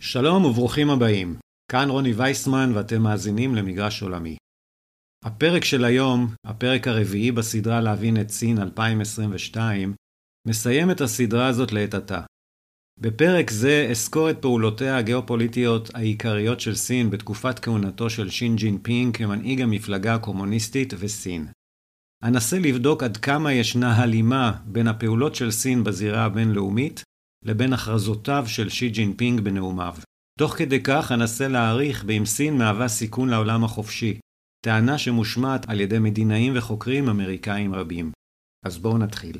שלום וברוכים הבאים. כאן רוני וייסמן ואתם מאזינים למגרש עולמי. הפרק של היום, הפרק הרביעי בסדרה להבין את סין 2022, מסיים את הסדרה הזאת לעת עתה. בפרק זה אסקור את פעולותיה הגיאופוליטיות העיקריות של סין בתקופת כהונתו של שין ג'ינפינג כמנהיג המפלגה הקומוניסטית וסין. אנסה לבדוק עד כמה ישנה הלימה בין הפעולות של סין בזירה הבינלאומית לבין הכרזותיו של שי ג'ינפינג בנאומיו. תוך כדי כך אנסה להעריך באם סין מהווה סיכון לעולם החופשי, טענה שמושמעת על ידי מדינאים וחוקרים אמריקאים רבים. אז בואו נתחיל.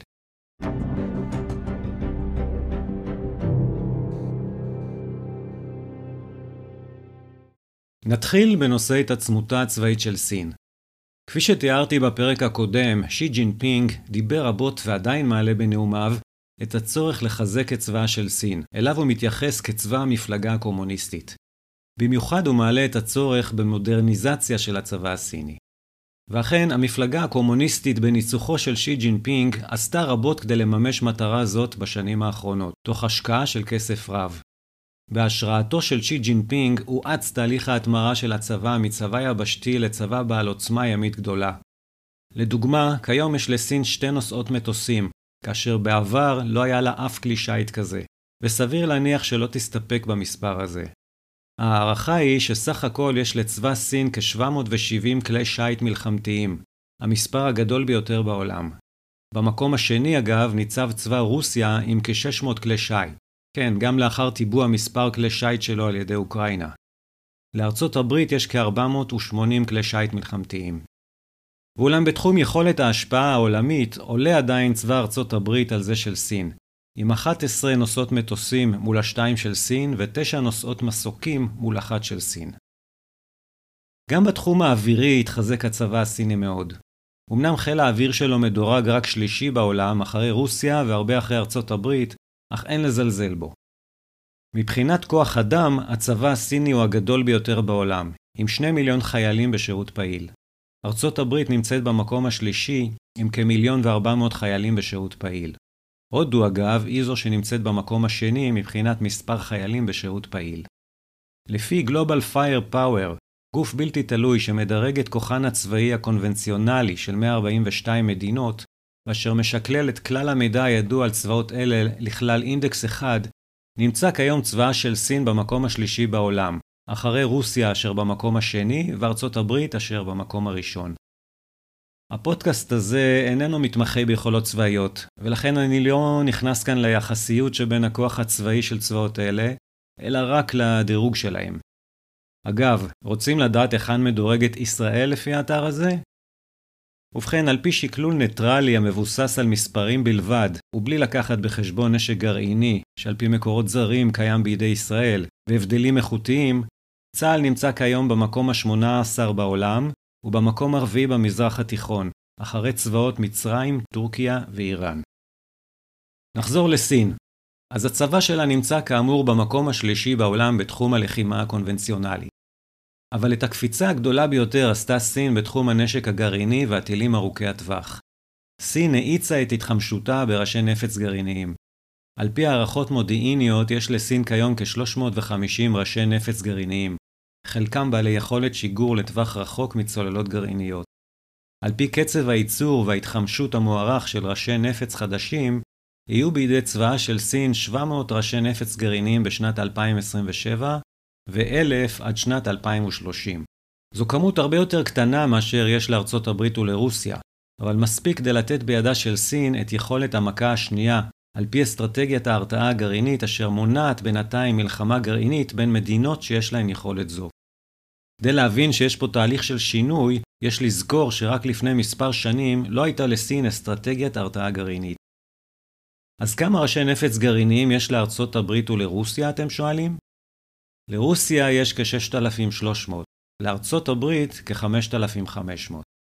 נתחיל בנושא התעצמותה הצבאית של סין. כפי שתיארתי בפרק הקודם, שי ג'ינפינג דיבר רבות ועדיין מעלה בנאומיו את הצורך לחזק את צבאה של סין, אליו הוא מתייחס כצבא המפלגה הקומוניסטית. במיוחד הוא מעלה את הצורך במודרניזציה של הצבא הסיני. ואכן, המפלגה הקומוניסטית בניצוחו של שי ג'ינפינג עשתה רבות כדי לממש מטרה זאת בשנים האחרונות, תוך השקעה של כסף רב. בהשראתו של שי ג'ינפינג הואץ תהליך ההתמרה של הצבא מצבא יבשתי לצבא בעל עוצמה ימית גדולה. לדוגמה, כיום יש לסין 2 נושאות מטוסים, כאשר בעבר לא היה לה אף כלי שיט כזה, וסביר להניח שלא תסתפק במספר הזה. הערכה היא שסך הכל יש לצבא סין כ-770 כלי שיט מלחמתיים, המספר הגדול ביותר בעולם. במקום השני אגב ניצב צבא רוסיה עם כ-600 כלי שיט. כן, גם לאחר טיבוע מספר כלי שיט שלו על ידי אוקראינה. לארצות הברית יש כ-480 כלי שיט מלחמתיים. ואולם בתחום יכולת ההשפעה העולמית עולה עדיין צבא ארצות הברית על זה של סין, עם 11 נושאות מטוסים מול 2 של סין ו9 נושאות מסוקים מול 1 של סין. גם בתחום האווירי התחזק הצבא הסיני מאוד. אמנם חיל האוויר שלו מדורג רק שלישי בעולם אחרי רוסיה והרבה אחרי ארצות הברית, אך אין לזלזל בו. מבחינת כוח אדם, הצבא הסיני הוא הגדול ביותר בעולם, עם 2 מיליון חיילים בשירות פעיל. ארצות הברית נמצאת במקום השלישי, עם כ1,400,000 חיילים בשירות פעיל. הודו אגב, היא זו שנמצאת במקום השני מבחינת מספר חיילים בשירות פעיל. לפי Global Firepower, גוף בלתי תלוי שמדרג את כוחן הצבאי הקונבנציונלי של 142 מדינות, ואשר משקלל את כלל המידע הידוע על צבאות אלה לכלל אינדקס אחד, נמצא כיום צבאה של סין במקום השלישי בעולם, אחרי רוסיה אשר במקום השני וארצות הברית אשר במקום הראשון. הפודקאסט הזה איננו מתמחה ביכולות צבאיות, ולכן אני לא נכנס כאן ליחסיות שבין הכוח הצבאי של צבאות אלה, אלא רק לדירוג שלהם. אגב, רוצים לדעת היכן מדורגת ישראל לפי האתר הזה? ובכן, על פי שקלול ניטרלי המבוסס על מספרים בלבד, ובלי לקחת בחשבון נשק גרעיני, שעל פי מקורות זרים קיים בידי ישראל, והבדלים איכותיים, צה"ל נמצא כיום במקום ה-18 בעולם, ובמקום הרביעי במזרח התיכון, אחרי צבאות מצרים, טורקיה ואיראן. נחזור לסין. אז הצבא שלה נמצא כאמור במקום השלישי בעולם בתחום הלחימה הקונבנציונלי. אבל את הקפיצה הגדולה ביותר עשתה סין בתחום הנשק הגרעיני והטילים ארוכי הטווח. סין האיצה את התחמשותה בראשי נפץ גרעיניים. על פי הערכות מודיעיניות יש לסין כיום כ-350 ראשי נפץ גרעיניים, חלקם בעלי יכולת שיגור לטווח רחוק מצוללות גרעיניות. על פי קצב הייצור וההתחמשות המוערך של ראשי נפץ חדשים, יהיו בידי צבאה של סין 700 ראשי נפץ גרעיניים בשנת 2027, ו1,000 עד שנת 2030. זו כמות הרבה יותר קטנה מאשר יש לארצות הברית ולרוסיה, אבל מספיק כדי לתת בידה של סין את יכולת המכה השנייה, על פי אסטרטגיית ההרתעה הגרעינית אשר מונעת בינתיים מלחמה גרעינית בין מדינות שיש להן יכולת זו. כדי להבין שיש פה תהליך של שינוי, יש לזכור שרק לפני מספר שנים לא הייתה לסין אסטרטגיית הרתעה גרעינית. אז כמה ראשי נפץ גרעיניים יש לארצות הברית ולרוסיה, אתם שואלים? לרוסיה יש כ-6,300, לארצות הברית כ-5,500.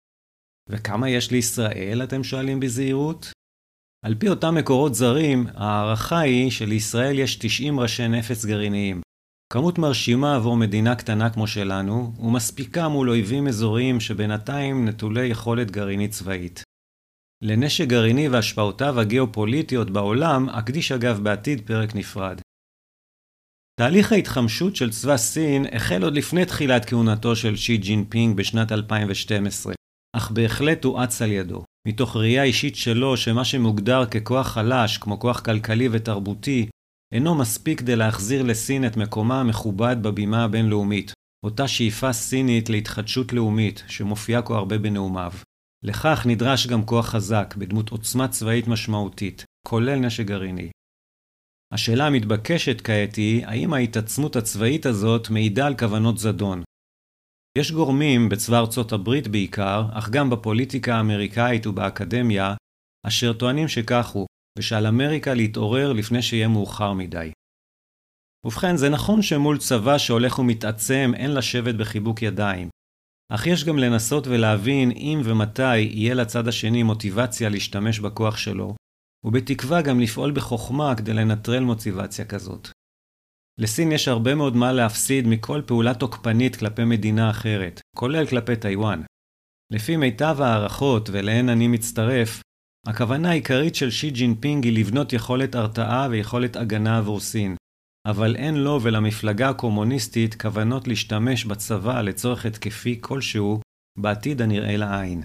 וכמה יש לישראל, אתם שואלים בזהירות? על פי אותם מקורות זרים, הערכה היא שלישראל יש 90 ראשי נפץ גרעיניים. כמות מרשימה עבור מדינה קטנה כמו שלנו, ומספיקה מול אויבים אזוריים שבינתיים נטולי יכולת גרעינית צבאית. לנשק גרעיני והשפעותיו הגיאופוליטיות בעולם, אקדיש אגב בעתיד פרק נפרד. תהליך ההתחמשות של צבא סין החל עוד לפני תחילת כהונתו של שי ג'ינפינג בשנת 2012, אך בהחלט הואץ על ידו, מתוך ראייה אישית שלו שמה שמוגדר ככוח חלש, כמו כוח כלכלי ותרבותי, אינו מספיק כדי להחזיר לסין את מקומה המכובד בבימה הבינלאומית, אותה שאיפה סינית להתחדשות לאומית שמופיעה כה הרבה בנאומיו. לכך נדרש גם כוח חזק בדמות עוצמה צבאית משמעותית, כולל נשק גרעיני. השאלה המתבקשת כעת היא, האם ההתעצמות הצבאית הזאת מעידה על כוונות זדון? יש גורמים, בצבא ארצות הברית בעיקר, אך גם בפוליטיקה האמריקאית ובאקדמיה, אשר טוענים שכך הוא, ושעל אמריקה להתעורר לפני שיהיה מאוחר מדי. ובכן, זה נכון שמול צבא שהולך ומתעצם אין לשבת בחיבוק ידיים, אך יש גם לנסות ולהבין אם ומתי יהיה לצד השני מוטיבציה להשתמש בכוח שלו, ובתקווה גם לפעול בחוכמה כדי לנטרל מוטיבציה כזאת. לסין יש הרבה מאוד מה להפסיד מכל פעולה תוקפנית כלפי מדינה אחרת, כולל כלפי טיואן. לפי מיטב הערכות, ולהן אני מצטרף, הכוונה העיקרית של שי ג'ינפינג היא לבנות יכולת הרתעה ויכולת הגנה עבור סין, אבל אין לו ולמפלגה הקומוניסטית כוונות להשתמש בצבא לצורך התקפי כלשהו בעתיד הנראה לעין.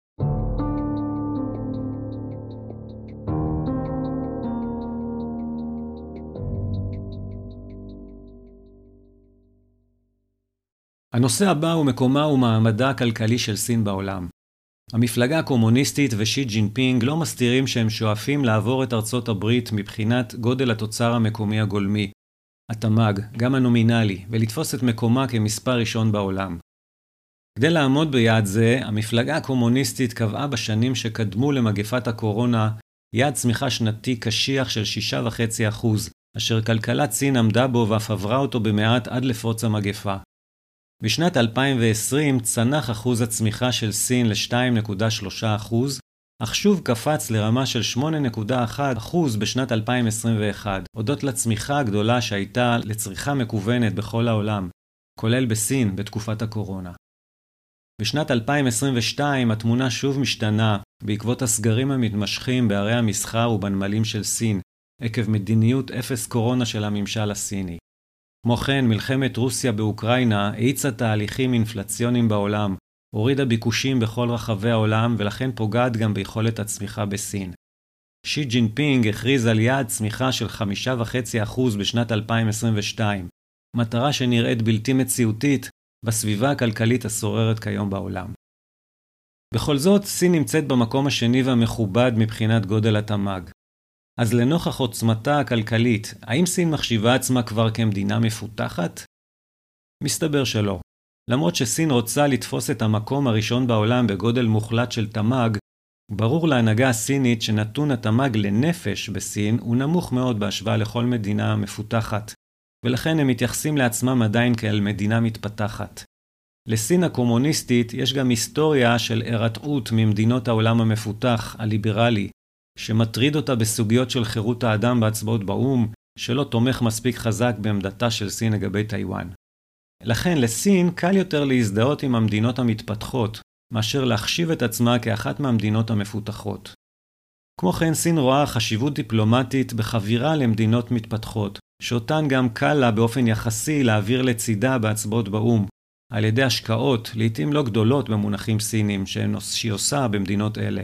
הנושא הבא הוא מקומה ומעמדה הכלכלי של סין בעולם. המפלגה הקומוניסטית ושי ג'ינפינג לא מסתירים שהם שואפים לעבור את ארצות הברית מבחינת גודל התוצר המקומי הגולמי, התמ"ג, גם הנומינלי, ולתפוס את מקומה כמספר ראשון בעולם. כדי לעמוד ביעד זה, המפלגה הקומוניסטית קבעה בשנים שקדמו למגפת הקורונה יעד צמיחה שנתי קשיח של 6.5%, אשר כלכלת סין עמדה בו ואף עברה אותו במעט עד לפרוץ המגפה. בשנת 2020 צנח אחוז הצמיחה של סין ל-2.3%, אך שוב קפץ לרמה של 8.1% בשנת 2021, הודות לצמיחה הגדולה שהייתה לצריכה מקוונת בכל העולם, כולל בסין בתקופת הקורונה. בשנת 2022 התמונה שוב משתנה בעקבות הסגרים המתמשכים בערי המסחר ובנמלים של סין, עקב מדיניות אפס קורונה של הממשל הסיני. כמו כן, מלחמת רוסיה באוקראינה האיצה תהליכים אינפלציוניים בעולם, הורידה ביקושים בכל רחבי העולם ולכן פוגעת גם ביכולת הצמיחה בסין. שי ג'ינפינג הכריז על יעד צמיחה של 5.5% בשנת 2022, מטרה שנראית בלתי מציאותית בסביבה הכלכלית השוררת כיום בעולם. בכל זאת, סין נמצאת במקום השני והמכובד מבחינת גודל התמ"ג. אז לנוכח עוצמתה הכלכלית, האם סין מחשיבה עצמה כבר כמדינה מפותחת? מסתבר שלא. למרות שסין רוצה לתפוס את המקום הראשון בעולם בגודל מוחלט של תמ"ג, ברור להנהגה הסינית שנתון התמ"ג לנפש בסין הוא נמוך מאוד בהשוואה לכל מדינה מפותחת, ולכן הם מתייחסים לעצמם עדיין כאל מדינה מתפתחת. לסין הקומוניסטית יש גם היסטוריה של הרתעות ממדינות העולם המפותח, הליברלי, שמטריד אותה בסוגיות של חירות האדם בהצבעות באו"ם, שלא תומך מספיק חזק בעמדתה של סין לגבי טיואן. לכן לסין קל יותר להזדהות עם המדינות המתפתחות, מאשר להחשיב את עצמה כאחת מהמדינות המפותחות. כמו כן, סין רואה חשיבות דיפלומטית בחבירה למדינות מתפתחות, שאותן גם קל לה באופן יחסי להעביר לצידה בהצבעות באו"ם, על ידי השקעות, לעתים לא גדולות במונחים סינים, שהיא עושה במדינות אלה.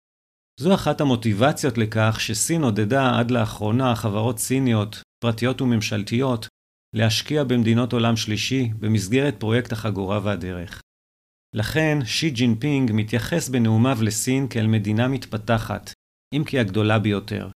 זו אחת המוטיבציות לכך שסין עודדה עד לאחרונה חברות סיניות, פרטיות וממשלתיות, להשקיע במדינות עולם שלישי במסגרת פרויקט החגורה והדרך. לכן, שי ג'ינפינג מתייחס בנאומיו לסין כאל מדינה מתפתחת, אם כי הגדולה ביותר.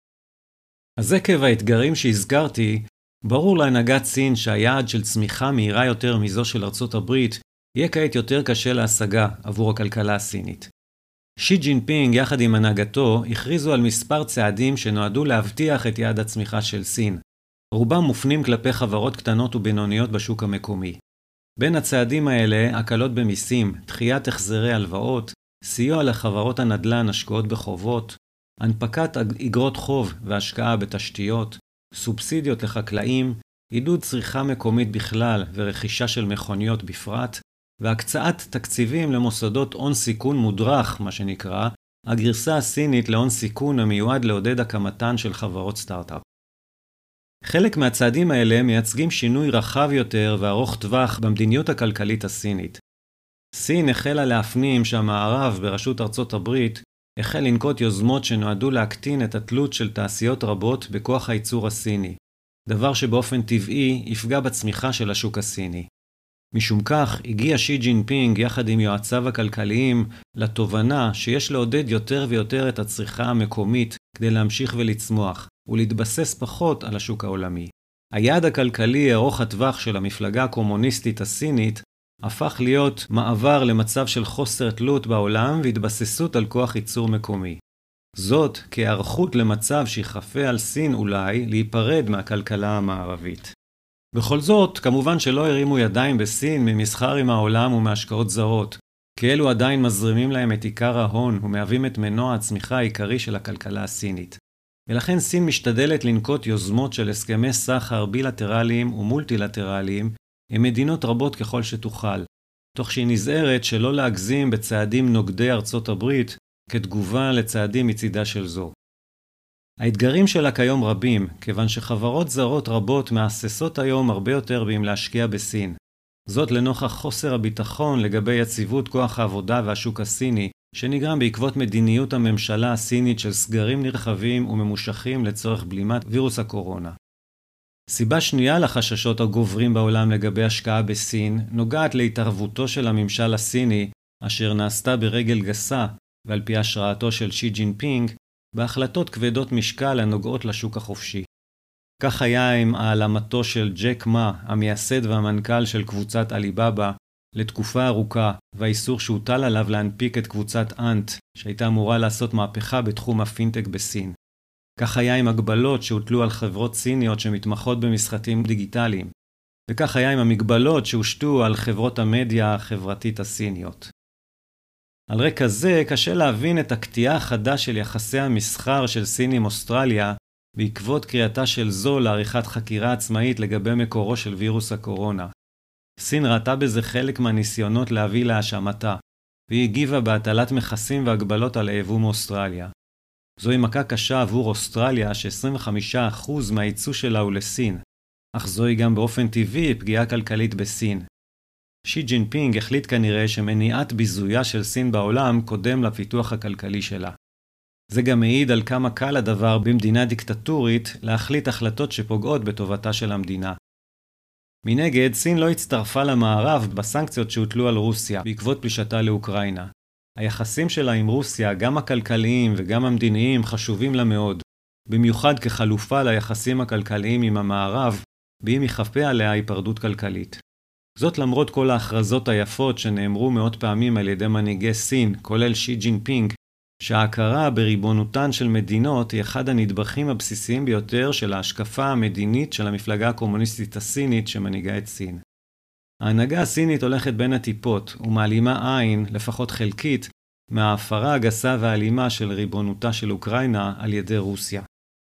אז עקב האתגרים שהזכרתי, ברור להנהגת סין שהיעד של צמיחה מהירה יותר מזו של ארצות הברית יהיה כעת יותר קשה להשגה עבור הכלכלה הסינית. שי ג'ינפינג יחד עם הנהגתו הכריזו על מספר צעדים שנועדו להבטיח את יעד הצמיחה של סין. רובם מופנים כלפי חברות קטנות ובינוניות בשוק המקומי. בין הצעדים האלה, הקלות במיסים, דחיית החזרי הלוואות, סיוע לחברות הנדל"ן השקעות בחובות, הנפקת אגרות חוב והשקעה בתשתיות, סובסידיות לחקלאים, עידוד צריכה מקומית בכלל ורכישה של מכוניות בפרט, והקצאת תקציבים למוסדות הון סיכון מודרך, מה שנקרא, הגרסה הסינית להון סיכון המיועד לעודד הקמתן של חברות סטארט-אפ. חלק מהצעדים האלה מייצגים שינוי רחב יותר וארוך טווח במדיניות הכלכלית הסינית. סין החלה להפנים שהמערב בראשות ארצות הברית החל לנקוט יוזמות שנועדו להקטין את התלות של תעשיות רבות בכוח הייצור הסיני, דבר שבאופן טבעי יפגע בצמיחה של השוק הסיני. משום כך, הגיע שי ג'ינפינג יחד עם יועציו הכלכליים לתובנה שיש לעודד יותר ויותר את הצריכה המקומית כדי להמשיך ולצמוח, ולהתבסס פחות על השוק העולמי. היעד הכלכלי ארוך הטווח של המפלגה הקומוניסטית הסינית הפך להיות מעבר למצב של חוסר תלות בעולם והתבססות על כוח ייצור מקומי. זאת כהיערכות למצב שיכפה על סין אולי להיפרד מהכלכלה המערבית. בכל זאת, כמובן שלא הרימו ידיים בסין ממסחר עם העולם ומהשקעות זרות, כי אלו עדיין מזרימים להם את עיקר ההון ומהווים את מנוע הצמיחה העיקרי של הכלכלה הסינית. ולכן סין משתדלת לנקוט יוזמות של הסכמי סחר בילטרליים ומולטילטרליים עם מדינות רבות ככל שתוכל, תוך שהיא נזהרת שלא להגזים בצעדים נוגדי ארצות הברית כתגובה לצעדים מצידה של זו. האתגרים שלה כיום רבים, כיוון שחברות זרות רבות מאססות היום הרבה יותר באם להשקיע בסין. זאת לנוכח חוסר הביטחון לגבי יציבות כוח העבודה והשוק הסיני, שנגרם בעקבות מדיניות הממשלה הסינית של סגרים נרחבים וממושכים לצורך בלימת וירוס הקורונה. סיבה שנייה לחששות הגוברים בעולם לגבי השקעה בסין נוגעת להתערבותו של הממשל הסיני, אשר נעשתה ברגל גסה ועל פי השראתו של שי ג'ינפינג, בהחלטות כבדות משקל הנוגעות לשוק החופשי. כך היה עם העלמתו של ג'ק מה, המייסד והמנכ"ל של קבוצת עליבאבא, לתקופה ארוכה, והאיסור שהוטל עליו להנפיק את קבוצת אנט, שהייתה אמורה לעשות מהפכה בתחום הפינטק בסין. כך היה עם הגבלות שהוטלו על חברות סיניות שמתמחות במשחקים דיגיטליים, וכך היה עם המגבלות שהושתו על חברות המדיה החברתית הסיניות. על רקע זה קשה להבין את הקטיעה החדה של יחסי המסחר של סין עם אוסטרליה, בעקבות קריאתה של זו לעריכת חקירה עצמאית לגבי מקורו של וירוס הקורונה. סין ראתה בזה חלק מהניסיונות להביא להאשמתה, והיא הגיבה בהטלת מכסים והגבלות על היבוא מאוסטרליה. זוהי מכה קשה עבור אוסטרליה ש-25% מהייצוא שלה הוא לסין, אך זוהי גם באופן טבעי פגיעה כלכלית בסין. שי ג'ינפינג החליט כנראה שמניעת ביזויה של סין בעולם קודם לפיתוח הכלכלי שלה. זה גם מעיד על כמה קל הדבר במדינה דיקטטורית להחליט החלטות שפוגעות בטובתה של המדינה. מנגד, סין לא הצטרפה למערב בסנקציות שהוטלו על רוסיה בעקבות פלישתה לאוקראינה. היחסים שלה עם רוסיה, גם הכלכליים וגם המדיניים, חשובים לה מאוד, במיוחד כחלופה ליחסים הכלכליים עם המערב, באם יכפה עליה היפרדות כלכלית. זאת למרות כל ההכרזות היפות שנאמרו מאות פעמים על ידי מנהיגי סין, כולל שי ג'ינפינג, שההכרה בריבונותן של מדינות היא אחד הנדבכים הבסיסיים ביותר של ההשקפה המדינית של המפלגה הקומוניסטית הסינית שמנהיגה את סין. ההנהגה הסינית הולכת בין הטיפות ומעלימה עין, לפחות חלקית, מההפרה הגסה והאלימה של ריבונותה של אוקראינה על ידי רוסיה.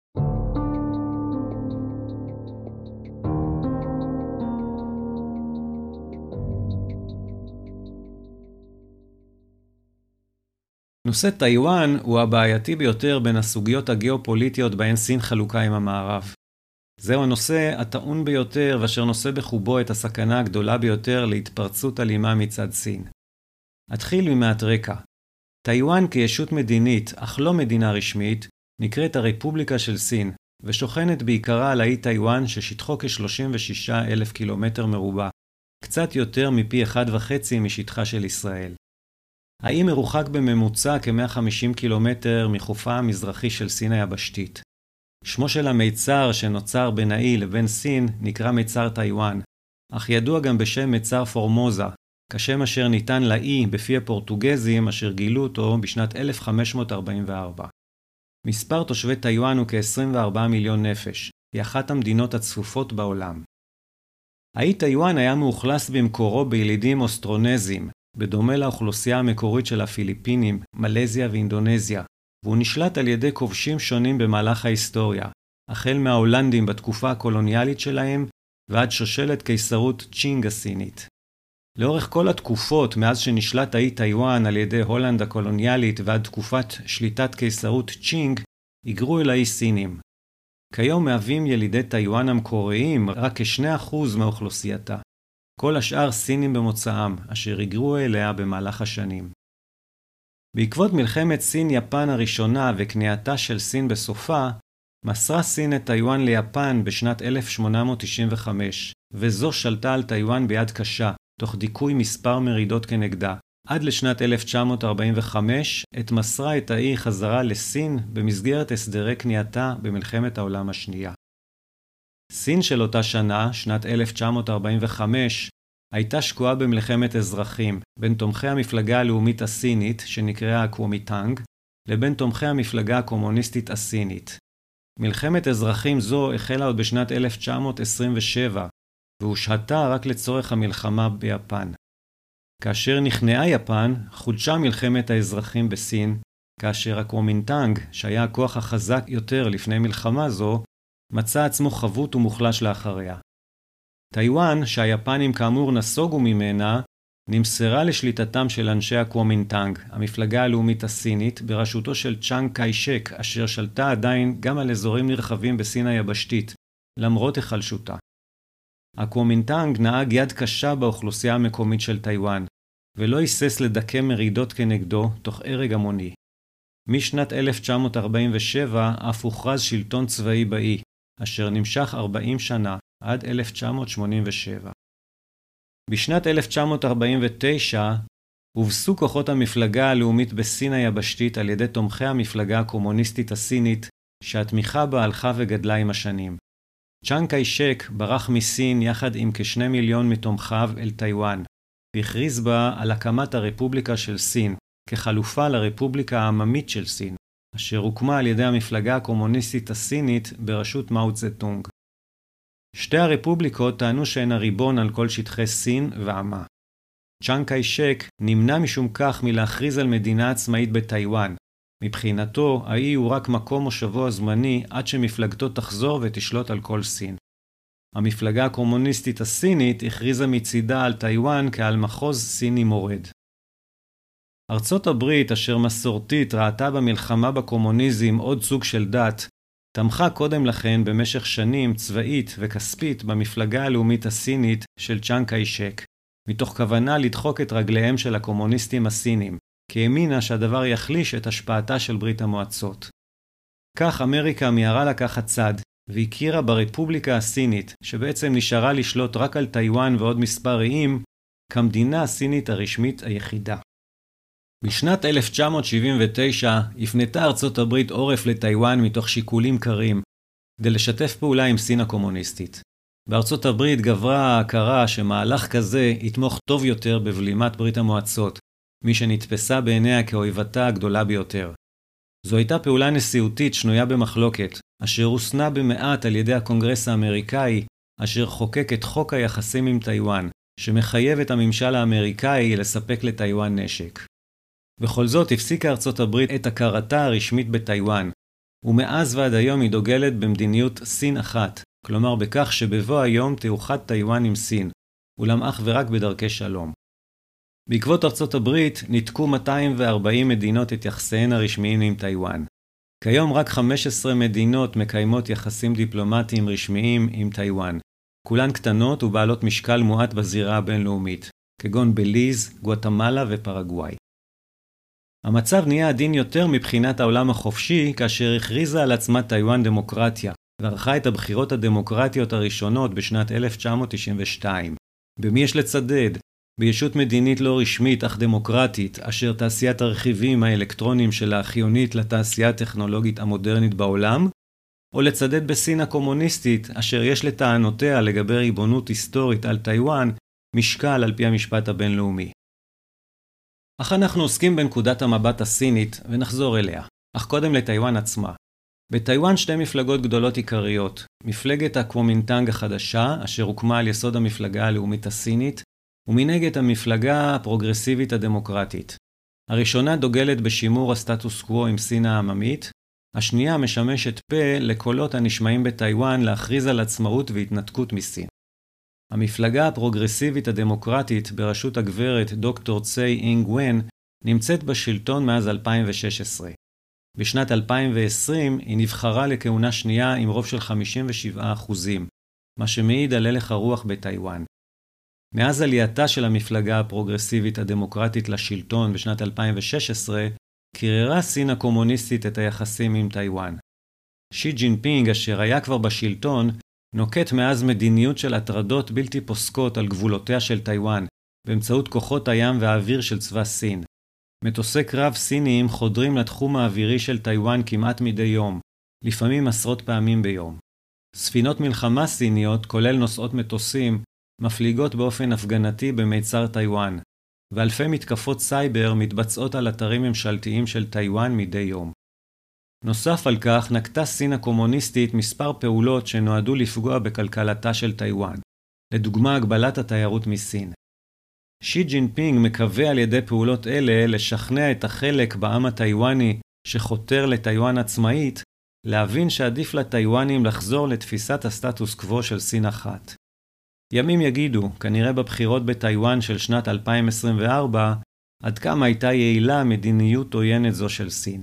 נושא טיואן הוא הבעייתי ביותר בין הסוגיות הגיאופוליטיות בהן סין חלוקה עם המערב. זהו הנושא הטעון ביותר ואשר נושא בחובו את הסכנה הגדולה ביותר להתפרצות אלימה מצד סין. אתחיל ממעט רקע. טיואן כישות מדינית, אך לא מדינה רשמית, נקראת הרפובליקה של סין, ושוכנת בעיקרה על האי טיואן ששטחו כ-36,000 קילומטר מרובע, קצת יותר מפי 1.5 משטחה של ישראל. האי מרוחק בממוצע כ-150 קילומטר מחופה המזרחי של סין היבשתית. שמו של המיצר שנוצר בין האי לבין סין נקרא מיצר טיואן, אך ידוע גם בשם מיצר פורמוזה, כשם אשר ניתן לאי בפי הפורטוגזים אשר גילו אותו בשנת 1544. מספר תושבי טיואן הוא כ-24 מיליון נפש, היא אחת המדינות הצפופות בעולם. האי טיואן היה מאוכלס במקורו בילידים אוסטרונזים, בדומה לאוכלוסייה המקורית של הפיליפינים, מלזיה ואינדונזיה, והוא נשלט על ידי כובשים שונים במהלך ההיסטוריה, החל מההולנדים בתקופה הקולוניאלית שלהם, ועד שושלת קיסרות צ'ינג הסינית. לאורך כל התקופות, מאז שנשלט האי טיואן על ידי הולנד הקולוניאלית ועד תקופת שליטת קיסרות צ'ינג, היגרו אל האי סינים. כיום מהווים ילידי טיואן המקוריים רק כ2% מאוכלוסייתה. כל השאר סינים במוצאם, אשר היגרו אליה במהלך השנים. בעקבות מלחמת סין-יפן הראשונה וכניעתה של סין בסופה, מסרה סין את טיואן ליפן בשנת 1895, וזו שלטה על טיואן ביד קשה, תוך דיכוי מספר מרידות כנגדה. עד לשנת 1945, מסרה את האי חזרה לסין במסגרת הסדרי כניעתה במלחמת העולם השנייה. סין של אותה שנה, שנת 1945, הייתה שקועה במלחמת אזרחים בין תומכי המפלגה הלאומית הסינית, שנקראה הקוומיטנג, לבין תומכי המפלגה הקומוניסטית הסינית. מלחמת אזרחים זו החלה עוד בשנת 1927, והושהתה רק לצורך המלחמה ביפן. כאשר נכנעה יפן, חודשה מלחמת האזרחים בסין, כאשר הקוומיטנג, שהיה הכוח החזק יותר לפני מלחמה זו, מצא עצמו חבוט ומוחלש לאחריה. טיואן, שהיפנים כאמור נסוגו ממנה, נמסרה לשליטתם של אנשי הקוומיטנג, המפלגה הלאומית הסינית, בראשותו של צ'אנג קאי-שק, אשר שלטה עדיין גם על אזורים נרחבים בסין היבשתית, למרות החלשותה. הקוומיטנג נהג יד קשה באוכלוסייה המקומית של טיואן, ולא היסס לדכא מרידות כנגדו תוך הרג המוני. משנת 1947 אף הוכרז שלטון צבאי באי, אשר נמשך 40 שנה, עד 1987. בשנת 1949 הובסו כוחות המפלגה הלאומית בסין היבשתית על ידי תומכי המפלגה הקומוניסטית הסינית, שהתמיכה בה הלכה וגדלה עם השנים. צ'אנג קאי-שק ברח מסין יחד עם כ2 מיליון מתומכיו אל טיואן, והכריז בה על הקמת הרפובליקה של סין, כחלופה לרפובליקה העממית של סין, אשר הוקמה על ידי המפלגה הקומוניסטית הסינית בראשות מאו צה-טונג. שתי הרפובליקות טענו שהן הריבון על כל שטחי סין ועמה. צ'אנג קאי-שק נמנע משום כך מלהכריז על מדינה עצמאית בטיואן. מבחינתו, האי הוא רק מקום מושבו הזמני עד שמפלגתו תחזור ותשלוט על כל סין. המפלגה הקומוניסטית הסינית הכריזה מצידה על טיואן כעל מחוז סיני מורד. ארצות הברית, אשר מסורתית ראתה במלחמה בקומוניזם עוד סוג של דת, תמכה קודם לכן במשך שנים צבאית וכספית במפלגה הלאומית הסינית של צ'אנג קאי-שק, מתוך כוונה לדחוק את רגליהם של הקומוניסטים הסינים, כי האמינה שהדבר יחליש את השפעתה של ברית המועצות. כך אמריקה מיהרה לקחת צד, והכירה ברפובליקה הסינית, שבעצם נשארה לשלוט רק על טיואן ועוד מספר איים, כמדינה הסינית הרשמית היחידה. בשנת 1979 הפנתה ארצות הברית עורף לטיואן מתוך שיקולים קרים, כדי לשתף פעולה עם סין הקומוניסטית. בארצות הברית גברה ההכרה שמהלך כזה יתמוך טוב יותר בבלימת ברית המועצות, מי שנתפסה בעיניה כאויבתה הגדולה ביותר. זו הייתה פעולה נשיאותית שנויה במחלוקת, אשר הוסנה במעט על ידי הקונגרס האמריקאי, אשר חוקק את חוק היחסים עם טיואן, שמחייב את הממשל האמריקאי לספק לטיואן נשק. בכל זאת הפסיקה ארצות הברית את הכרתה הרשמית בטיואן, ומאז ועד היום היא דוגלת במדיניות סין אחת, כלומר בכך שבבוא היום תאוחד טיואן עם סין, אולם אך ורק בדרכי שלום. בעקבות ארצות הברית ניתקו 240 מדינות את יחסיהן הרשמיים עם טיואן. כיום רק 15 מדינות מקיימות יחסים דיפלומטיים רשמיים עם טיואן, כולן קטנות ובעלות משקל מועט בזירה הבינלאומית, כגון בליז, גואטמלה ופרגוואי. המצב נהיה עדין יותר מבחינת העולם החופשי כאשר הכריזה על עצמה טיואן דמוקרטיה, וערכה את הבחירות הדמוקרטיות הראשונות בשנת 1992. במי יש לצדד? בישות מדינית לא רשמית אך דמוקרטית, אשר תעשיית הרכיבים האלקטרוניים שלה חיונית לתעשייה הטכנולוגית המודרנית בעולם, או לצדד בסין הקומוניסטית, אשר יש לטענותיה לגבי ריבונות היסטורית על טיואן, משקל על פי המשפט הבינלאומי. אך אנחנו עוסקים בנקודת המבט הסינית ונחזור אליה, אך קודם לטיואן עצמה. בטיואן שתי מפלגות גדולות עיקריות, מפלגת הקוומיטנג החדשה, אשר הוקמה על יסוד המפלגה הלאומית הסינית, ומנגד המפלגה הפרוגרסיבית הדמוקרטית. הראשונה דוגלת בשימור הסטטוס קוו עם סין העממית, השנייה משמשת פה לקולות הנשמעים בטיואן להכריז על עצמאות והתנתקות מסין. המפלגה הפרוגרסיבית הדמוקרטית בראשות הגברת דוקטור צי אינג ון נמצאת בשלטון מאז 2016. בשנת 2020 היא נבחרה לכהונה שנייה עם רוב של 57%, מה שמעיד על הלך הרוח בטיוואן. מאז עלייתה של המפלגה הפרוגרסיבית הדמוקרטית לשלטון בשנת 2016, קררה סין הקומוניסטית את היחסים עם טיוואן. שי ג'ינפינג, אשר היה כבר בשלטון, נוקט מאז מדיניות של הטרדות בלתי פוסקות על גבולותיה של טיוואן, באמצעות כוחות הים והאוויר של צבא סין. מטוסי קרב סיניים חודרים לתחום האווירי של טיוואן כמעט מדי יום, לפעמים עשרות פעמים ביום. ספינות מלחמה סיניות, כולל נוסעות מטוסים, מפליגות באופן הפגנתי במיצר טיוואן, ואלפי מתקפות סייבר מתבצעות על אתרים ממשלתיים של טיוואן מדי יום. נוסף על כך, נקטה סין הקומוניסטית מספר פעולות שנועדו לפגוע בכלכלתה של טיוואן, לדוגמה הגבלת התיירות מסין. שי ג'ינפינג מקווה על ידי פעולות אלה לשכנע את החלק בעם הטיוואני שחותר לטיוואן עצמאית, להבין שעדיף לטיוואנים לחזור לתפיסת הסטטוס קוו של סין אחת. ימים יגידו, כנראה בבחירות בטיוואן של שנת 2024, עד כמה הייתה יעילה מדיניות עוינת זו של סין.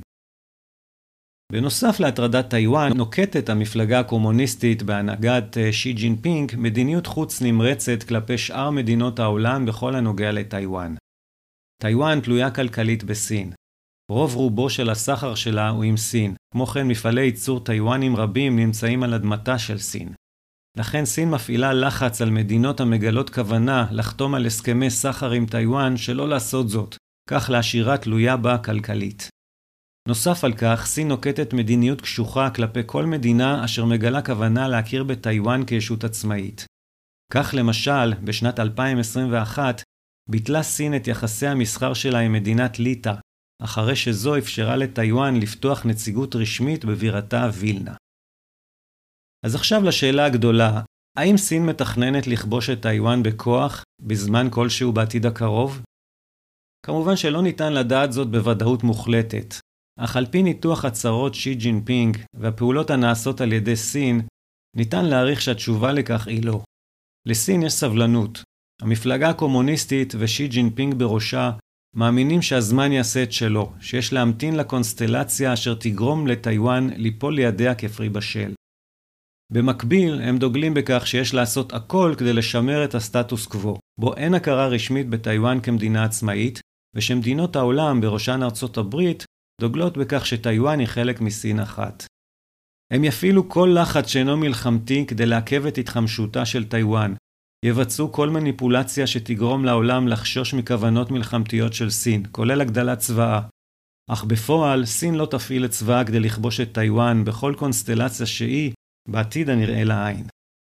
בנוסף להטרדת טיוואן, נוקטת המפלגה הקומוניסטית בהנהגת שי ג'ינפינג מדיניות חוץ נמרצת כלפי שאר מדינות העולם בכל הנוגע לטיוואן. טיוואן תלויה כלכלית בסין. רוב רובו של הסחר שלה הוא עם סין, כמו כן מפעלי ייצור טיוואנים רבים נמצאים על אדמתה של סין. לכן סין מפעילה לחץ על מדינות המגלות כוונה לחתום על הסכמי סחר עם טיוואן שלא לעשות זאת, כך להשאירה תלויה בה כלכלית. נוסף על כך, סין נוקטת מדיניות קשוחה כלפי כל מדינה אשר מגלה כוונה להכיר בטיוואן כישות עצמאית. כך למשל, בשנת 2021, ביטלה סין את יחסי המסחר שלה עם מדינת ליטא, אחרי שזו אפשרה לטיוואן לפתוח נציגות רשמית בבירתה וילנה. אז עכשיו לשאלה הגדולה, האם סין מתכננת לכבוש את טיוואן בכוח בזמן כלשהו בעתיד הקרוב? כמובן שלא ניתן לדעת זאת בוודאות מוחלטת, אך על פי ניתוח הצהרות שי ג'ינפינג והפעולות הנעשות על ידי סין, ניתן להעריך שהתשובה לכך היא לא. לסין יש סבלנות. המפלגה הקומוניסטית ושי ג'ינפינג בראשה מאמינים שהזמן יעשה את שלו, שיש להמתין לקונסטלציה אשר תגרום לטיוואן ליפול לידיה כפרי בשל. במקביל, הם דוגלים בכך שיש לעשות הכל כדי לשמר את הסטטוס קוו, בו אין הכרה רשמית בטיוואן כמדינה עצמאית, ושמדינות העולם, בראשן ארצות הברית, דוגלות בכך שטיוואן היא חלק מסין אחת. הם יפעילו כל לחץ שאינו מלחמתי כדי לעכב את התחמשותה של טיוואן, יבצעו כל מניפולציה שתגרום לעולם לחשוש מכוונות מלחמתיות של סין, כולל הגדלת צבאה. אך בפועל, סין לא תפעיל את צבאה כדי לכבוש את טיוואן בכל קונסטלציה שהיא, בעתיד הנראה לעין.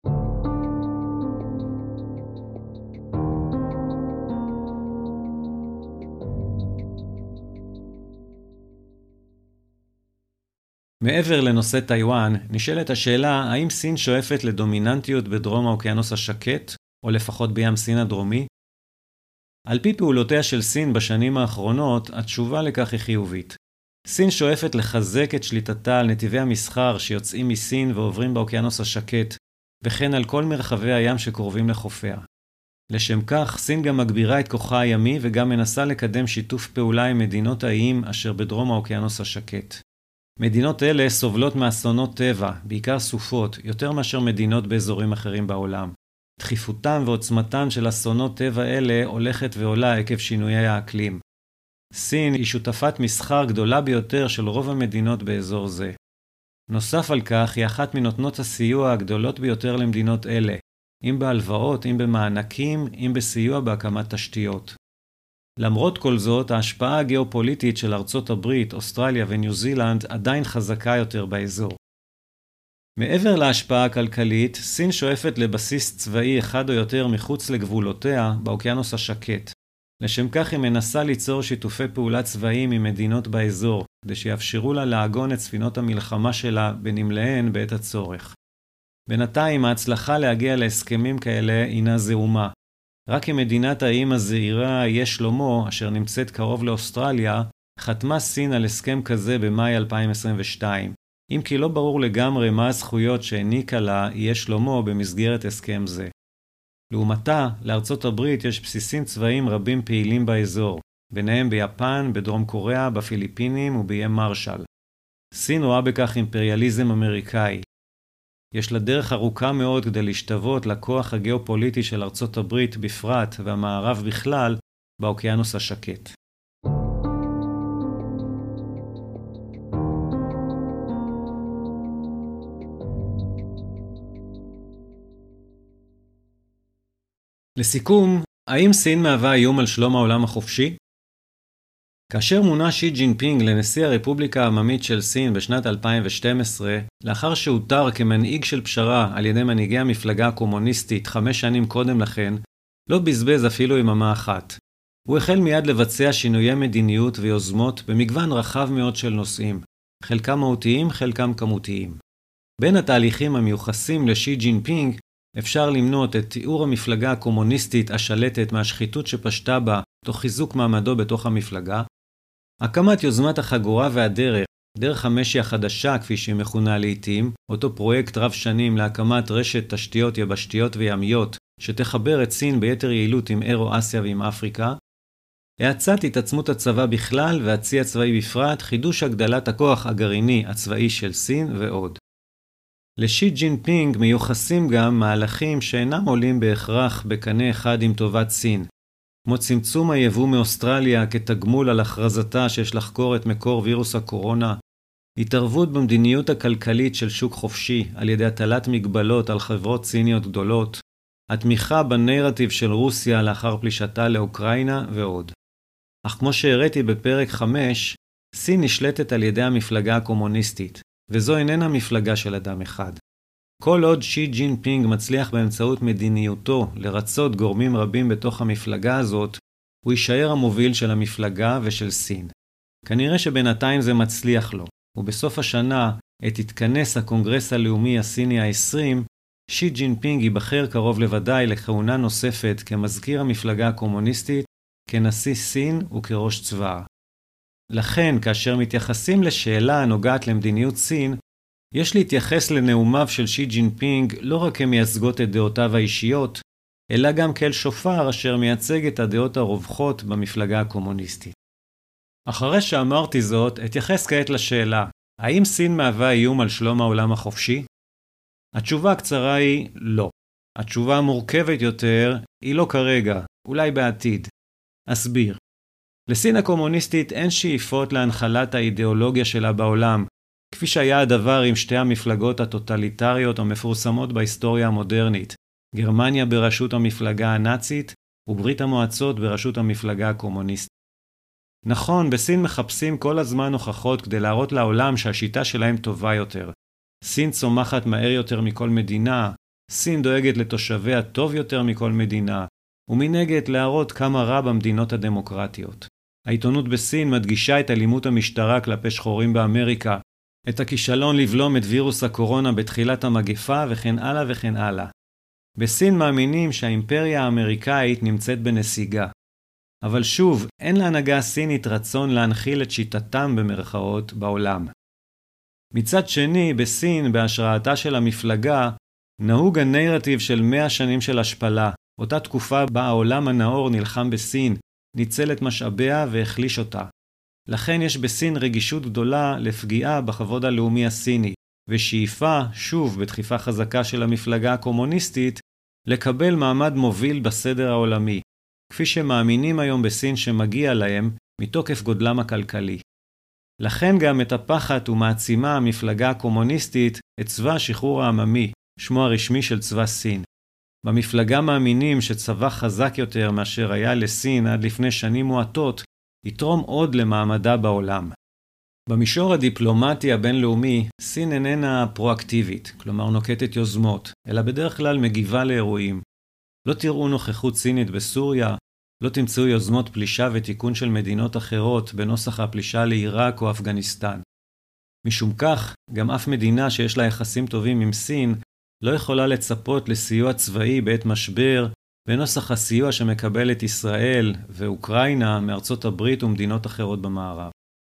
מעבר לנושא טיוואן, נשאלת השאלה האם סין שואפת לדומיננטיות בדרום האוקיינוס השקט, או לפחות בים סין הדרומי? על פי פעולותיה של סין בשנים האחרונות, התשובה לכך היא חיובית. סין שואפת לחזק את שליטתה על נתיבי המסחר שיוצאים מסין ועוברים באוקיינוס השקט, וכן על כל מרחבי הים שקרובים לחופיה. לשם כך, סין גם מגבירה את כוחה הימי וגם מנסה לקדם שיתוף פעולה עם מדינות האיים אשר בדרום האוקיינוס השקט. מדינות אלה סובלות מאסונות טבע, בעיקר סופות, יותר מאשר מדינות באזורים אחרים בעולם. דחיפותם ועוצמתם של אסונות טבע אלה הולכת ועולה עקב שינויי האקלים. סין היא שותפת מסחר גדולה ביותר של רוב המדינות באזור זה. נוסף על כך, היא אחת מנותנות הסיוע הגדולות ביותר למדינות אלה, אם בהלוואות, אם במענקים, אם בסיוע בהקמת תשתיות. למרות כל זאת, ההשפעה הגיאופוליטית של ארצות הברית, אוסטרליה וניו זילנד עדיין חזקה יותר באזור. מעבר להשפעה הכלכלית, סין שואפת לבסיס צבאי אחד או יותר מחוץ לגבולותיה באוקיינוס השקט. לשם כך היא מנסה ליצור שיתופי פעולה צבאיים עם מדינות באזור, כדי שיאפשרו לה לעגון את ספינות המלחמה שלה בנמליהן בעת הצורך. בינתיים ההצלחה להגיע להסכמים כאלה הינה זעומה. רק עם מדינת האיים הזעירה איי שלמה, אשר נמצאת קרוב לאוסטרליה, חתמה סין על הסכם כזה במאי 2022, אם כי לא ברור לגמרי מה הזכויות שהעניקה לה איי שלמה במסגרת הסכם זה. לעומתה, לארצות הברית יש בסיסים צבאיים רבים פעילים באזור, ביניהם ביפן, בדרום קוריאה, בפיליפינים ובאיי מרשל. סין רואה בכך אימפריאליזם אמריקאי. יש לה דרך ארוכה מאוד כדי להשתוות לכוח הגיאופוליטי של ארצות הברית בפרט והמערב בכלל באוקיינוס השקט. לסיכום, האם סין מהווה איום על שלום העולם החופשי? כאשר מונה שי ג'ינפינג לנשיא הרפובליקה העממית של סין בשנת 2012, לאחר שהותר כמנהיג של פשרה על ידי מנהיגי המפלגה הקומוניסטית 5 שנים קודם לכן, לא בזבז אפילו יממה אחת. הוא החל מיד לבצע שינויי מדיניות ויוזמות במגוון רחב מאוד של נושאים, חלקם מהותיים, חלקם כמותיים. בין התהליכים המיוחסים לשי ג'ינפינג, אפשר למנות את תיאור המפלגה הקומוניסטית השלטת מהשחיתות שפשטה בה תוך חיזוק מעמדו בתוך המפלגה, הקמת יוזמת החגורה והדרך, דרך המשי החדשה כפי שהיא מכונה לעתים, אותו פרויקט רב שנים להקמת רשת תשתיות יבשתיות וימיות שתחבר את סין ביתר יעילות עם אירו-אסיה ועם אפריקה, האצת התעצמות הצבא בכלל והצי הצבאי בפרט, חידוש הגדלת הכוח הגרעיני הצבאי של סין ועוד. לשי ג'ינפינג מיוחסים גם מהלכים שאינם עולים בהכרח בקנה אחד עם טובת סין, כמו צמצום היבוא מאוסטרליה כתגמול על הכרזתה שיש לחקור את מקור וירוס הקורונה, התערבות במדיניות הכלכלית של שוק חופשי על ידי הטלת מגבלות על חברות סיניות גדולות, התמיכה בנרטיב של רוסיה לאחר פלישתה לאוקראינה ועוד. אך כמו שהראיתי בפרק 5, סין נשלטת על ידי המפלגה הקומוניסטית, וזו איננה מפלגה של אדם אחד. כל עוד שי ג'ינפינג מצליח באמצעות מדיניותו לרצות גורמים רבים בתוך המפלגה הזאת, הוא יישאר המוביל של המפלגה ושל סין. כנראה שבינתיים זה מצליח לו, ובסוף השנה, עת יתכנס הקונגרס הלאומי הסיני ה-20, שי ג'ינפינג ייבחר קרוב לוודאי לכהונה נוספת כמזכיר המפלגה הקומוניסטית, כנשיא סין וכראש צבאה. לכן, כאשר מתייחסים לשאלה הנוגעת למדיניות סין, יש להתייחס לנאומיו של שי ג'ינפינג לא רק כמייצגות את דעותיו האישיות, אלא גם כאל שופר אשר מייצג את הדעות הרווחות במפלגה הקומוניסטית. אחרי שאמרתי זאת, אתייחס כעת לשאלה, האם סין מהווה איום על שלום העולם החופשי? התשובה הקצרה היא לא. התשובה המורכבת יותר היא לא כרגע, אולי בעתיד. אסביר. לסין הקומוניסטית אין שאיפות להנחלת האידיאולוגיה שלה בעולם, כפי שהיה הדבר עם שתי המפלגות הטוטליטריות המפורסמות בהיסטוריה המודרנית, גרמניה בראשות המפלגה הנאצית וברית המועצות בראשות המפלגה הקומוניסטית. נכון, בסין מחפשים כל הזמן הוכחות כדי להראות לעולם שהשיטה שלהם טובה יותר. סין צומחת מהר יותר מכל מדינה, סין דואגת לתושביה טוב יותר מכל מדינה, ומנגד להראות כמה רע במדינות הדמוקרטיות. העיתונות בסין מדגישה את אלימות המשטרה כלפי שחורים באמריקה, את הכישלון לבלום את וירוס הקורונה בתחילת המגפה וכן הלאה וכן הלאה. בסין מאמינים שהאימפריה האמריקאית נמצאת בנסיגה. אבל שוב, אין להנהגה הסינית רצון להנחיל את שיטתם במרכאות בעולם. מצד שני, בסין, בהשראתה של המפלגה, נהוג הנרטיב של 100 שנים של השפלה, אותה תקופה בה העולם הנאור נלחם בסין, ניצל את משאביה והחליש אותה. לכן יש בסין רגישות גדולה לפגיעה בכבוד הלאומי הסיני, ושאיפה, שוב בדחיפה חזקה של המפלגה הקומוניסטית, לקבל מעמד מוביל בסדר העולמי, כפי שמאמינים היום בסין שמגיע להם מתוקף גודלם הכלכלי. לכן גם מטפחת ומעצימה המפלגה הקומוניסטית את צבא השחרור העממי, שמו הרשמי של צבא סין. במפלגה מאמינים שצבא חזק יותר מאשר היה לסין עד לפני שנים מועטות, יתרום עוד למעמדה בעולם. במישור הדיפלומטי הבינלאומי, סין איננה פרואקטיבית, כלומר נוקטת יוזמות, אלא בדרך כלל מגיבה לאירועים. לא תראו נוכחות סינית בסוריה, לא תמצאו יוזמות פלישה ותיקון של מדינות אחרות בנוסח הפלישה לעיראק או אפגניסטן. משום כך, גם אף מדינה שיש לה יחסים טובים עם סין, לא יכולה לצפות לסיוע צבאי בעת משבר, בנוסח הסיוע שמקבלת ישראל ואוקראינה מארצות הברית ומדינות אחרות במערב.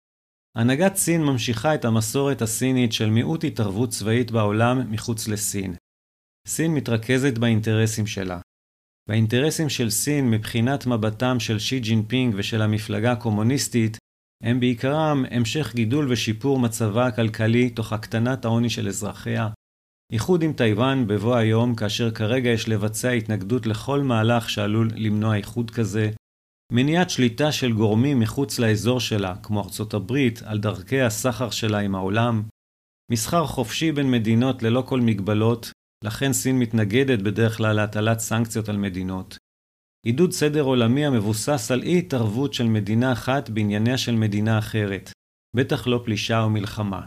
הנהגת סין ממשיכה את המסורת הסינית של מיעוט התערבות צבאית בעולם מחוץ לסין. סין מתרכזת באינטרסים שלה. והאינטרסים של סין מבחינת מבטם של שי ג'ינפינג ושל המפלגה הקומוניסטית הם בעיקרם המשך גידול ושיפור מצבה הכלכלי תוך הקטנת העוני של אזרחיה, איחוד עם טייוואן בבוא היום כאשר כרגע יש לבצע התנגדות לכל מהלך שעלול למנוע איחוד כזה, מניעת שליטה של גורמים מחוץ לאזור שלה, כמו ארצות הברית, על דרכי הסחר שלה עם העולם, מסחר חופשי בין מדינות ללא כל מגבלות, לכן סין מתנגדת בדרך כלל להטלת סנקציות על מדינות. עידוד סדר עולמי המבוסס על אי התערבות של מדינה אחת בענייניה של מדינה אחרת, בטח לא פלישה או מלחמה.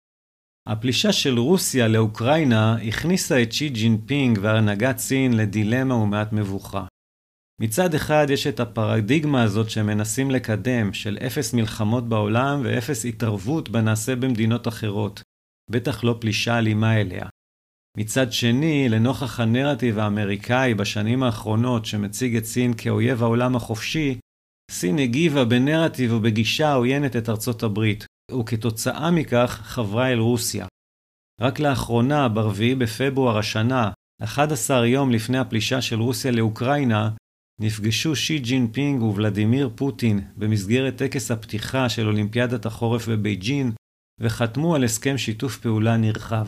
הפלישה של רוסיה לאוקראינה הכניסה את שי ג'ינפינג והנהגת סין לדילמה ומעט מבוכה. מצד אחד יש את הפרדיגמה הזאת שמנסים לקדם של אפס מלחמות בעולם ואפס התערבות בנעשה במדינות אחרות, בטח לא פלישה אלימה אליה. מצד שני, לנוכח הנרטיב האמריקאי בשנים האחרונות שמציג את סין כאויב העולם החופשי, סין הגיבה בנרטיב ובגישה עוינת את ארצות הברית, וכתוצאה מכך חברה אל רוסיה. רק לאחרונה, ב4 בפברואר השנה, 11 יום לפני הפלישה של רוסיה לאוקראינה, נפגשו שי ג'ינפינג וולדימיר פוטין במסגרת טקס הפתיחה של אולימפיאדת החורף בבייג'ין, וחתמו על הסכם שיתוף פעולה נרחב.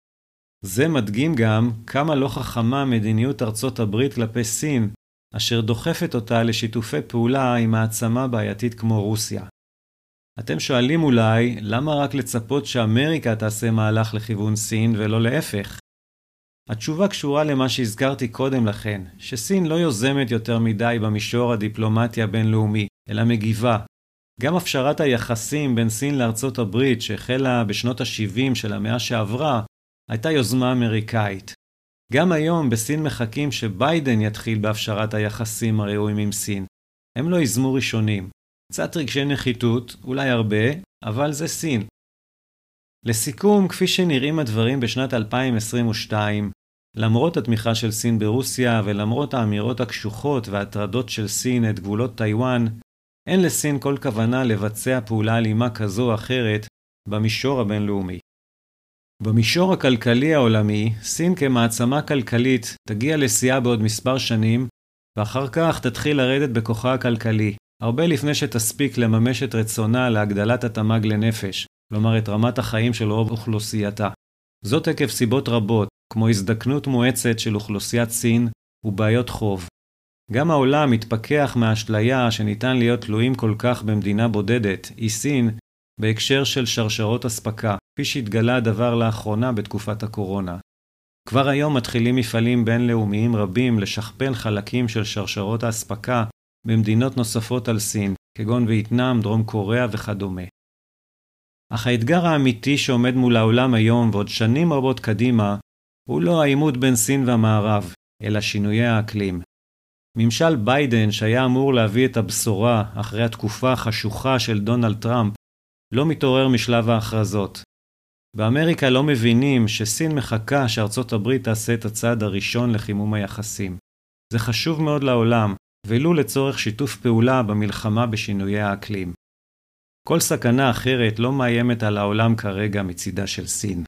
זה מדגים גם כמה לא חכמה מדיניות ארצות הברית כלפי סין, אשר דוחפת אותה לשיתופי פעולה עם מעצמה בעייתית כמו רוסיה. אתם שואלים אולי, למה רק לצפות שאמריקה תעשה מהלך לכיוון סין ולא להפך? התשובה קשורה למה שהזכרתי קודם לכן, שסין לא יוזמת יותר מדי במישור הדיפלומטיה הבינלאומי, אלא מגיבה. גם הפשרת היחסים בין סין לארצות הברית שהחלה בשנות ה-70 של המאה שעברה, הייתה יוזמה אמריקאית. גם היום בסין מחכים שביידן יתחיל בהפשרת היחסים הראויים עם סין. הם לא יזמו ראשונים. קצת רגשי נחיתות, אולי הרבה, אבל זה סין. לסיכום, כפי שנראים הדברים בשנת 2022, למרות התמיכה של סין ברוסיה ולמרות האמירות הקשוחות וההטרדות של סין את גבולות טייוואן, אין לסין כל כוונה לבצע פעולה אלימה כזו או אחרת במישור הבינלאומי. במישור הכלכלי העולמי, סין כמעצמה כלכלית תגיע לשיאה בעוד מספר שנים, ואחר כך תתחיל לרדת בכוחה הכלכלי, הרבה לפני שתספיק לממש את רצונה להגדלת התמ"ג לנפש, כלומר את רמת החיים של רוב אוכלוסייתה. זאת עקב סיבות רבות, כמו הזדקנות מואצת של אוכלוסיית סין ובעיות חוב. גם העולם מתפכח מהאשליה שניתן להיות תלויים כל כך במדינה בודדת, היא סין, בהקשר של שרשרות אספקה, כפי שהתגלה הדבר לאחרונה בתקופת הקורונה. כבר היום מתחילים מפעלים בינלאומיים רבים לשכפל חלקים של שרשרות האספקה במדינות נוספות על סין, כגון וייטנאם, דרום קוריאה וכדומה. אך האתגר האמיתי שעומד מול העולם היום ועוד שנים רבות קדימה, הוא לא העימות בין סין והמערב, אלא שינויי האקלים. ממשל ביידן שהיה אמור להביא את הבשורה אחרי התקופה החשוכה של דונלד טראמפ, לא מתעורר משלב ההכרזות. באמריקה לא מבינים שסין מחכה שארצות הברית תעשה את הצעד הראשון לחימום היחסים. זה חשוב מאוד לעולם, ולו לצורך שיתוף פעולה במלחמה בשינויי האקלים. כל סכנה אחרת לא מאיימת על העולם כרגע מצידה של סין.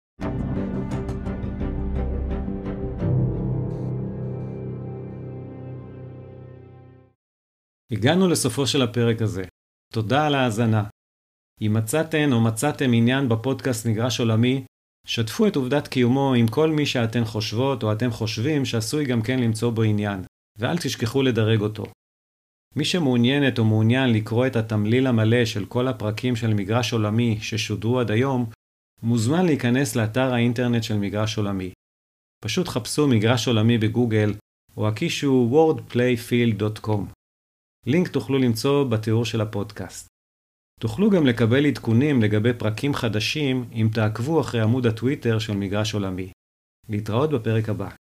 הגענו לסופו של הפרק הזה. תודה על ההאזנה. אם מצאתן או מצאתם עניין בפודקאסט מגרש עולמי, שתפו את עובדת קיומו עם כל מי שאתן חושבות או אתם חושבים שעשוי גם כן למצוא בו עניין, ואל תשכחו לדרג אותו. מי שמעוניינת או מעוניין לקרוא את התמליל המלא של כל הפרקים של מגרש עולמי ששודרו עד היום, מוזמן להיכנס לאתר האינטרנט של מגרש עולמי. פשוט חפשו מגרש עולמי בגוגל, או הקישו wordplayfield.com. לינק תוכלו למצוא בתיאור של הפודקאסט. תוכלו גם לקבל עדכונים לגבי פרקים חדשים אם תעקבו אחרי עמוד הטוויטר של מגרש עולמי. להתראות בפרק הבא.